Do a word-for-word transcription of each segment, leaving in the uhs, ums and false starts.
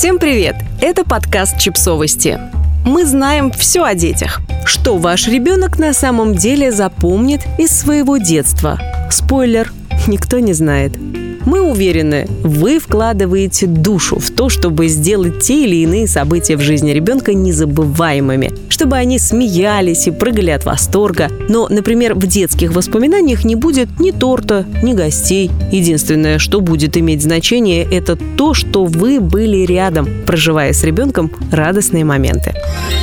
Всем привет! Это подкаст «Чипсовости». Мы знаем все о детях. Что ваш ребенок на самом деле запомнит из своего детства? Спойлер, никто не знает. Мы уверены, вы вкладываете душу в то, чтобы сделать те или иные события в жизни ребенка незабываемыми, чтобы они смеялись и прыгали от восторга. Но, например, в детских воспоминаниях не будет ни торта, ни гостей. Единственное, что будет иметь значение, это то, что вы были рядом, проживая с ребенком радостные моменты.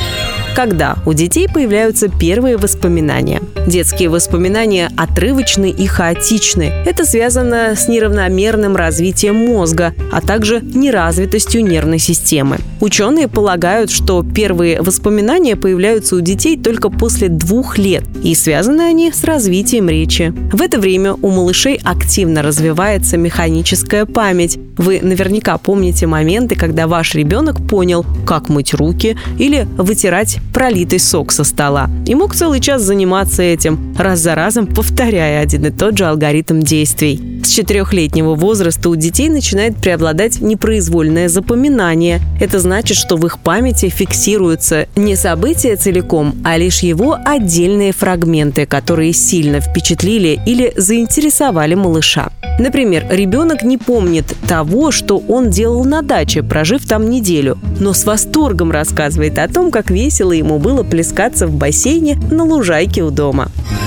Когда у детей появляются первые воспоминания? Детские воспоминания отрывочны и хаотичны. Это связано с неравномерным развитием мозга, а также неразвитостью нервной системы. Ученые полагают, что первые воспоминания появляются у детей только после двух лет, и связаны они с развитием речи. В это время у малышей активно развивается механическая память. Вы наверняка помните моменты, когда ваш ребенок понял, как мыть руки или вытирать пролитый сок со стола. И мог целый час заниматься этим, раз за разом повторяя один и тот же алгоритм действий. С четырехлетнего возраста у детей начинает преобладать непроизвольное запоминание. Это значит, что в их памяти фиксируются не события целиком, а лишь его отдельные фрагменты, которые сильно впечатлили или заинтересовали малыша. Например, ребенок не помнит того, что он делал на даче, прожив там неделю, но с восторгом рассказывает о том, как весело ему было плескаться в бассейне на лужайке у дома.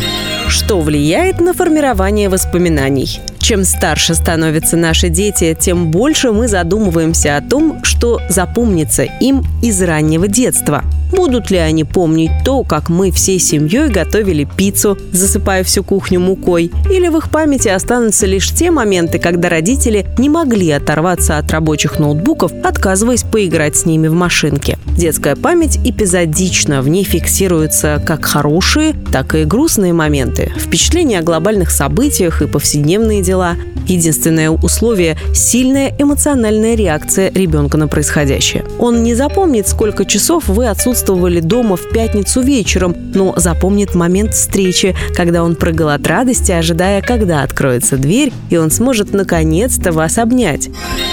Что влияет на формирование воспоминаний? Чем старше становятся наши дети, тем больше мы задумываемся о том, что запомнится им из раннего детства. Будут ли они помнить то, как мы всей семьей готовили пиццу, засыпая всю кухню мукой? Или в их памяти останутся лишь те моменты, когда родители не могли оторваться от рабочих ноутбуков, отказываясь поиграть с ними в машинке? Детская память эпизодична, в ней фиксируются как хорошие, так и грустные моменты, впечатления о глобальных событиях и повседневные дела. Единственное условие – сильная эмоциональная реакция ребенка на происходящее. Он не запомнит, сколько часов вы отсутствовали дома в пятницу вечером, но запомнит момент встречи, когда он прыгал от радости, ожидая, когда откроется дверь, и он сможет наконец-то вас обнять.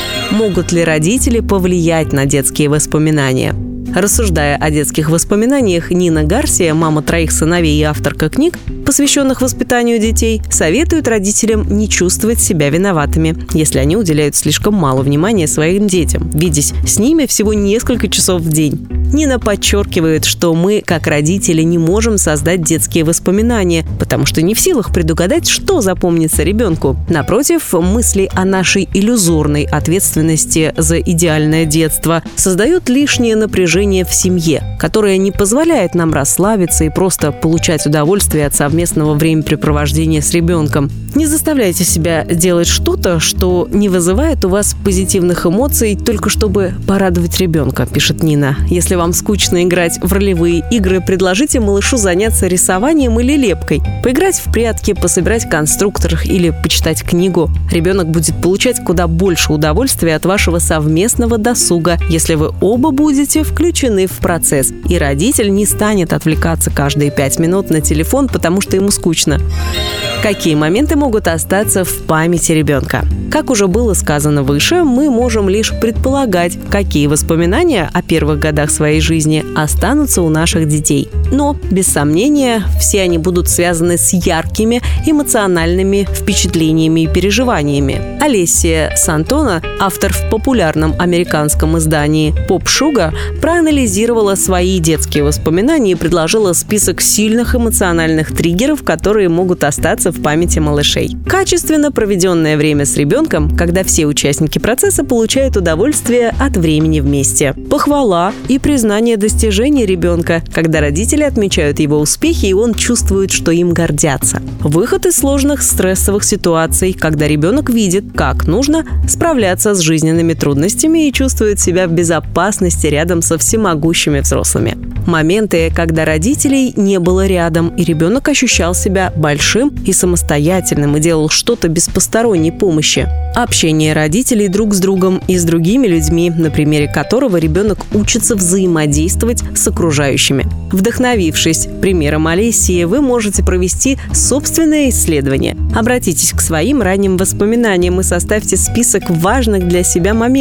Могут ли родители повлиять на детские воспоминания? Рассуждая о детских воспоминаниях, Нина Гарсия, мама троих сыновей и авторка книг, посвященных воспитанию детей, советует родителям не чувствовать себя виноватыми, если они уделяют слишком мало внимания своим детям, видясь с ними всего несколько часов в день. Нина подчеркивает, что мы, как родители, не можем создать детские воспоминания, потому что не в силах предугадать, что запомнится ребенку. Напротив, мысли о нашей иллюзорной ответственности за идеальное детство создают лишнее напряжение в семье, которое не позволяет нам расслабиться и просто получать удовольствие от совместного времяпрепровождения с ребенком. Не заставляйте себя делать что-то, что не вызывает у вас позитивных эмоций, только чтобы порадовать ребенка, пишет Нина. Если вам скучно играть в ролевые игры, предложите малышу заняться рисованием или лепкой, поиграть в прятки, пособирать конструктор или почитать книгу. Ребенок будет получать куда больше удовольствия от вашего совместного досуга, если вы оба будете включены в процесс, и родитель не станет отвлекаться каждые пять минут на телефон, потому что ему скучно. Какие моменты могут остаться в памяти ребенка? Как уже было сказано выше, мы можем лишь предполагать, какие воспоминания о первых годах своей жизни останутся у наших детей. Но, без сомнения, все они будут связаны с яркими эмоциональными впечатлениями и переживаниями. Алессия Сантона, автор в популярном американском издании «Поп Шугар», проанализировала свои детские воспоминания и предложила список сильных эмоциональных триггеров, которые могут остаться в памяти малышей. Качественно проведенное время с ребенком, когда все участники процесса получают удовольствие от времени вместе. Похвала и признание достижений ребенка, когда родители отмечают его успехи, и он чувствует, что им гордятся. Выход из сложных стрессовых ситуаций, когда ребенок видит, как нужно справляться с жизненными трудностями и чувствует себя в безопасности рядом со всемогущими взрослыми. Моменты, когда родителей не было рядом, и ребенок ощущал себя большим и самостоятельным и делал что-то без посторонней помощи. Общение родителей друг с другом и с другими людьми, на примере которого ребенок учится взаимодействовать с окружающими. Вдохновившись примером Алессии, вы можете провести собственное исследование. Обратитесь к своим ранним воспоминаниям и составьте список важных для себя моментов,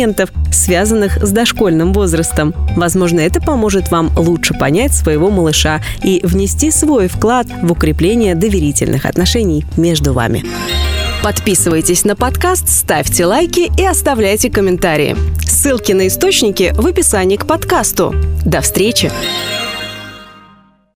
связанных с дошкольным возрастом. Возможно, это поможет вам лучше понять своего малыша и внести свой вклад в укрепление доверительных отношений между вами. Подписывайтесь на подкаст, ставьте лайки и оставляйте комментарии. Ссылки на источники в описании к подкасту. До встречи!